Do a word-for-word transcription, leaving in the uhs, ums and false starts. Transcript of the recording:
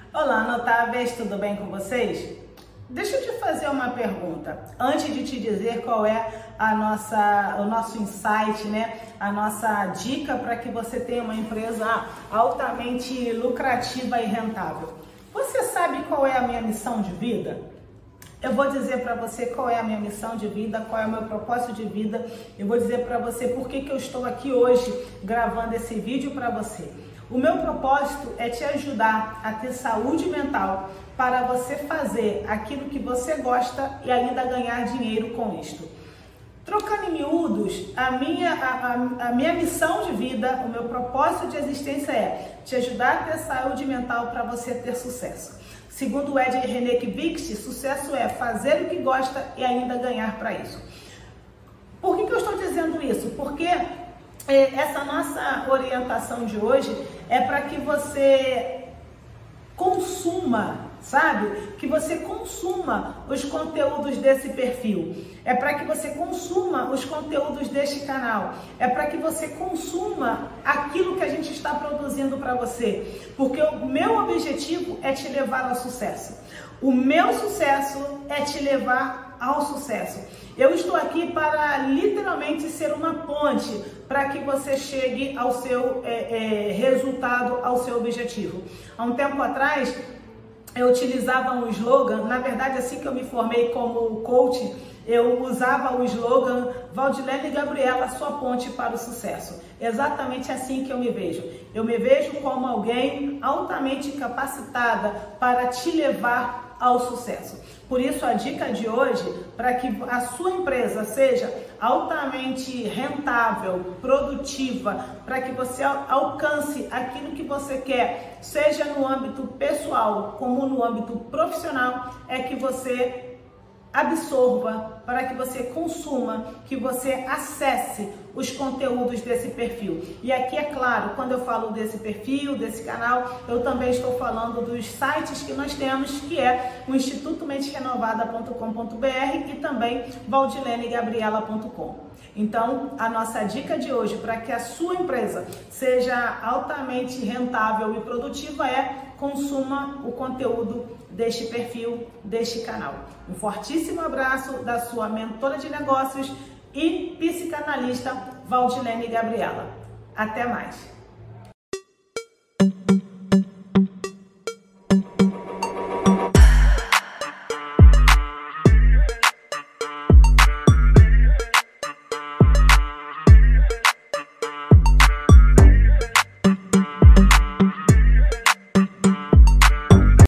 Olá, notáveis, tudo bem com vocês? Deixa eu te fazer uma pergunta, antes de te dizer qual é a nossa, o nosso insight, né? A nossa dica para que você tenha uma empresa altamente lucrativa e rentável. Você sabe qual é a minha missão de vida? Eu vou dizer para você qual é a minha missão de vida, qual é o meu propósito de vida. Eu vou dizer para você por que que eu estou aqui hoje gravando esse vídeo para você. O meu propósito é te ajudar a ter saúde mental para você fazer aquilo que você gosta e ainda ganhar dinheiro com isto. Trocando em miúdos, a minha, a, a, a minha missão de vida, o meu propósito de existência é te ajudar a ter saúde mental para você ter sucesso. Segundo o Ed Renekiewicz, sucesso é fazer o que gosta e ainda ganhar para isso. Por que que eu estou dizendo isso? Porque essa nossa orientação de hoje é para que você consuma, sabe? Que você consuma os conteúdos desse perfil. É para que você consuma os conteúdos deste canal. É para que você consuma aquilo que a gente está produzindo para você. Porque o meu objetivo é te levar ao sucesso. O meu sucesso é te levar ao sucesso. Eu estou aqui para literalmente ser uma ponte para que você chegue ao seu é, é, resultado, ao seu objetivo. Há um tempo atrás, eu utilizava um slogan, na verdade, assim que eu me formei como coach, eu usava o slogan Valdilene Gabriela, sua ponte para o sucesso. Exatamente assim que eu me vejo. Eu me vejo como alguém altamente capacitada para te levar ao sucesso. Por isso a dica de hoje, para que a sua empresa seja altamente rentável, produtiva, para que você alcance aquilo que você quer, seja no âmbito pessoal como no âmbito profissional, é que você absorva, para que você consuma, que você acesse os conteúdos desse perfil. E aqui, é claro, quando eu falo desse perfil, desse canal, eu também estou falando dos sites que nós temos, que é o instituto mente renovada ponto com ponto br e também valdilene gabriela ponto com. Então, a nossa dica de hoje para que a sua empresa seja altamente rentável e produtiva é consuma o conteúdo deste perfil, deste canal. Um fortíssimo abraço da sua mentora de negócios e psicanalista Valdilene Gabriela. Até mais!